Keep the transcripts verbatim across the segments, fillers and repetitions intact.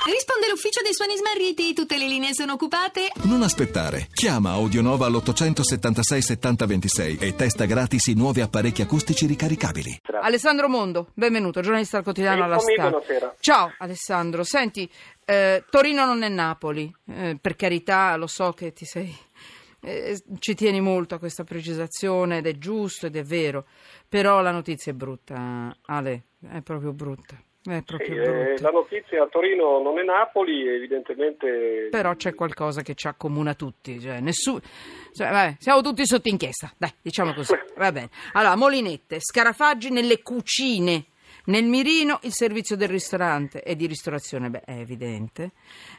Risponde l'ufficio dei suoni smarriti, tutte le linee sono occupate. Non aspettare, chiama Audionova all'ottocentosettantasei settanta ventisei e testa gratis i nuovi apparecchi acustici ricaricabili. Alessandro Mondo, benvenuto, giornalista al quotidiano alla Star. Buonasera. Ciao Alessandro, senti, eh, Torino non è Napoli, eh, per carità, lo so che ti sei... Eh, ci tieni molto a questa precisazione ed è giusto ed è vero, però la notizia è brutta, Ale, è proprio brutta. È proprio sì, brutta. Eh, la notizia a Torino non è Napoli, evidentemente. Però c'è qualcosa che ci accomuna tutti, cioè nessuno. Cioè, vabbè, siamo tutti sotto inchiesta, dai, diciamo così. Va bene. Allora, molinette, scarafaggi nelle cucine. Nel mirino il servizio del ristorante e di ristorazione, beh, è evidente.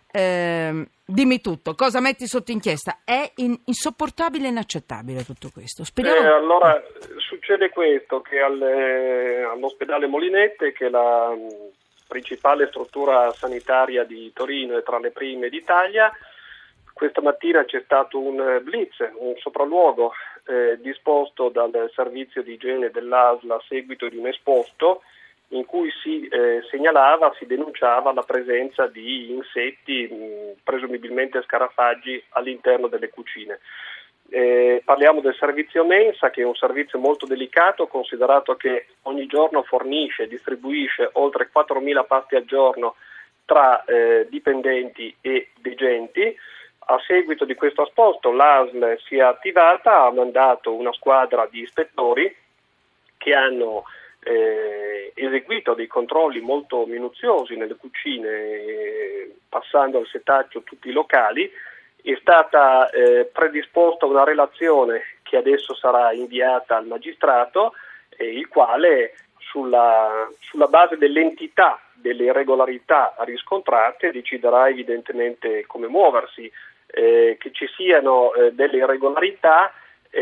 Eh, dimmi tutto, cosa metti sotto inchiesta? È in, insopportabile e inaccettabile tutto questo. Speriamo... Eh, allora, succede questo, che al, eh, all'ospedale Molinette, che è la mh, principale struttura sanitaria di Torino e tra le prime d'Italia, questa mattina c'è stato un blitz, un sopralluogo eh, disposto dal servizio di igiene dell'A S L a seguito di un esposto in cui si eh, segnalava, si denunciava la presenza di insetti, mh, presumibilmente scarafaggi, all'interno delle cucine. Eh, parliamo del servizio mensa, che è un servizio molto delicato, considerato che ogni giorno fornisce e distribuisce oltre quattromila pasti al giorno tra eh, dipendenti e degenti. A seguito di questo esposto l'A S L si è attivata, ha mandato una squadra di ispettori che hanno Eh, eseguito dei controlli molto minuziosi nelle cucine, eh, passando al setaccio tutti i locali. È stata eh, predisposta una relazione che adesso sarà inviata al magistrato, eh, il quale sulla, sulla base dell'entità delle irregolarità riscontrate deciderà evidentemente come muoversi. Eh, che ci siano eh, delle irregolarità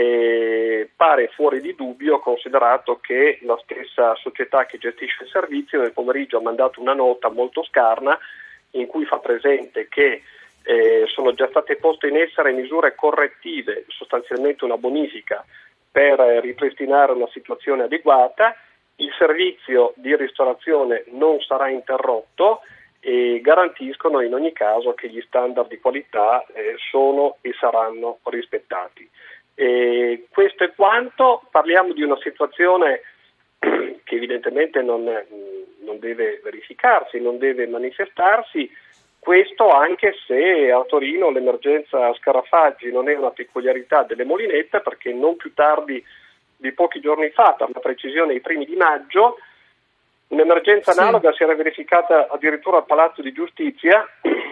Eh, pare fuori di dubbio, considerato che la stessa società che gestisce il servizio nel pomeriggio ha mandato una nota molto scarna in cui fa presente che eh, sono già state poste in essere misure correttive, sostanzialmente una bonifica per eh, ripristinare una situazione adeguata. Il servizio di ristorazione non sarà interrotto e garantiscono in ogni caso che gli standard di qualità eh, sono e saranno rispettati. E questo è quanto. Parliamo di una situazione che evidentemente non, non deve verificarsi, non deve manifestarsi, questo anche se a Torino l'emergenza scarafaggi non è una peculiarità delle molinette, perché non più tardi di pochi giorni fa, per la precisione i primi di maggio, un'emergenza sì. analoga si era verificata addirittura al Palazzo di Giustizia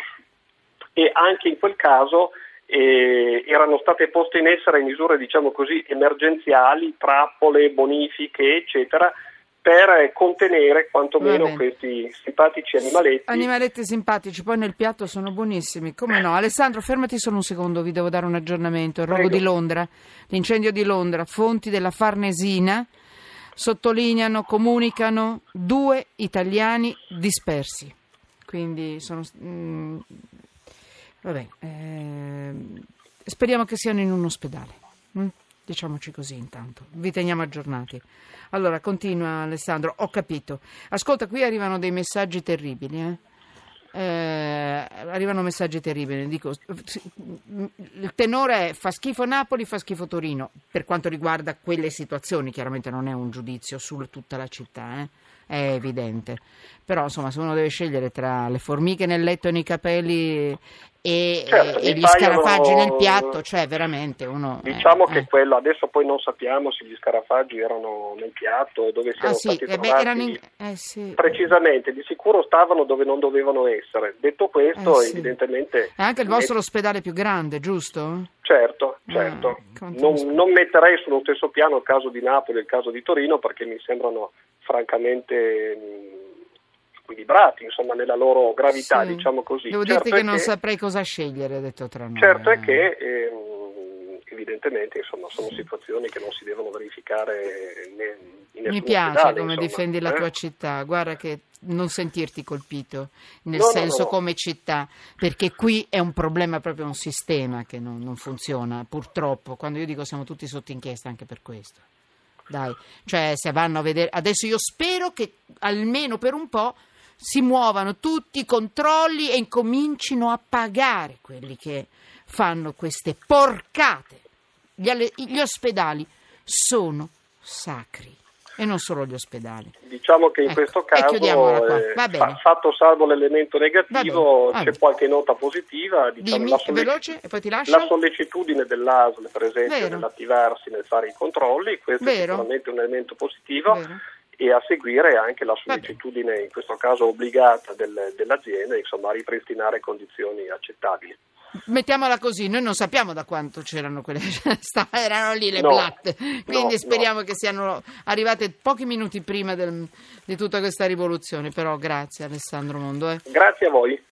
e anche in quel caso E erano state poste in essere misure, diciamo così, emergenziali, trappole, bonifiche, eccetera, per contenere quantomeno questi simpatici animaletti. Animaletti simpatici, poi nel piatto sono buonissimi, come no? Alessandro, fermati solo un secondo, vi devo dare un aggiornamento. Il rogo Prego. di Londra, l'incendio di Londra, fonti della Farnesina sottolineano, comunicano due italiani dispersi. Quindi sono... Mh, Vabbè, eh, speriamo che siano in un ospedale, hm? Diciamoci così intanto, vi teniamo aggiornati. Allora, continua Alessandro, ho capito. Ascolta, qui arrivano dei messaggi terribili, eh? Eh, arrivano messaggi terribili, dico, il tenore è fa schifo Napoli, fa schifo Torino, per quanto riguarda quelle situazioni, chiaramente non è un giudizio su tutta la città, eh? È evidente, però insomma se uno deve scegliere tra le formiche nel letto e nei capelli e, certo, e gli paiono... scarafaggi nel piatto, cioè veramente uno... Diciamo eh, che eh. quello, adesso poi non sappiamo se gli scarafaggi erano nel piatto, dove siano ah, sì, stati eh beh, trovati erano in... eh, sì. precisamente, di sicuro stavano dove non dovevano essere. Detto questo, eh, sì. evidentemente... È anche il vostro è... ospedale più grande, giusto? Certo, certo. Ah, non, non metterei sullo stesso piano il caso di Napoli e il caso di Torino, perché mi sembrano francamente mh, squilibrati, insomma, nella loro gravità, sì. diciamo così. Devo certo dirti che non che, saprei cosa scegliere, detto tra noi. Certo è che eh, evidentemente insomma sono situazioni che non si devono verificare né, in nessun Mi piace ospedale, come insomma. difendi la eh? tua città, guarda che non sentirti colpito nel no, senso no, no. come città, perché qui è un problema, proprio un sistema che non, non funziona, purtroppo. Quando io dico siamo tutti sotto inchiesta anche per questo. Dai, cioè se vanno a vedere, adesso io spero che almeno per un po' si muovano tutti i controlli e incomincino a pagare quelli che fanno queste porcate. Gli, alle- gli ospedali sono sacri. E non solo gli ospedali. Diciamo che in Ecco, questo e caso, chiudiamola qua. eh, Va bene. fa- fatto salvo l'elemento negativo, Va bene, va c'è bene. qualche nota positiva. Diciamo, Dimmi, la, sollecit- veloce, e poi ti lascio. la sollecitudine dell'A S L, per esempio, Vero. nell'attivarsi nel fare i controlli, questo Vero. è sicuramente un elemento positivo. Vero. E a seguire anche la sollecitudine, in questo caso obbligata, del- dell'azienda, insomma, a ripristinare condizioni accettabili. Mettiamola così, noi non sappiamo da quanto c'erano quelle, sta- erano lì le No, blatte, quindi no, speriamo che siano arrivate pochi minuti prima del- di tutta questa rivoluzione, però grazie Alessandro Mondo. Eh. Grazie a voi.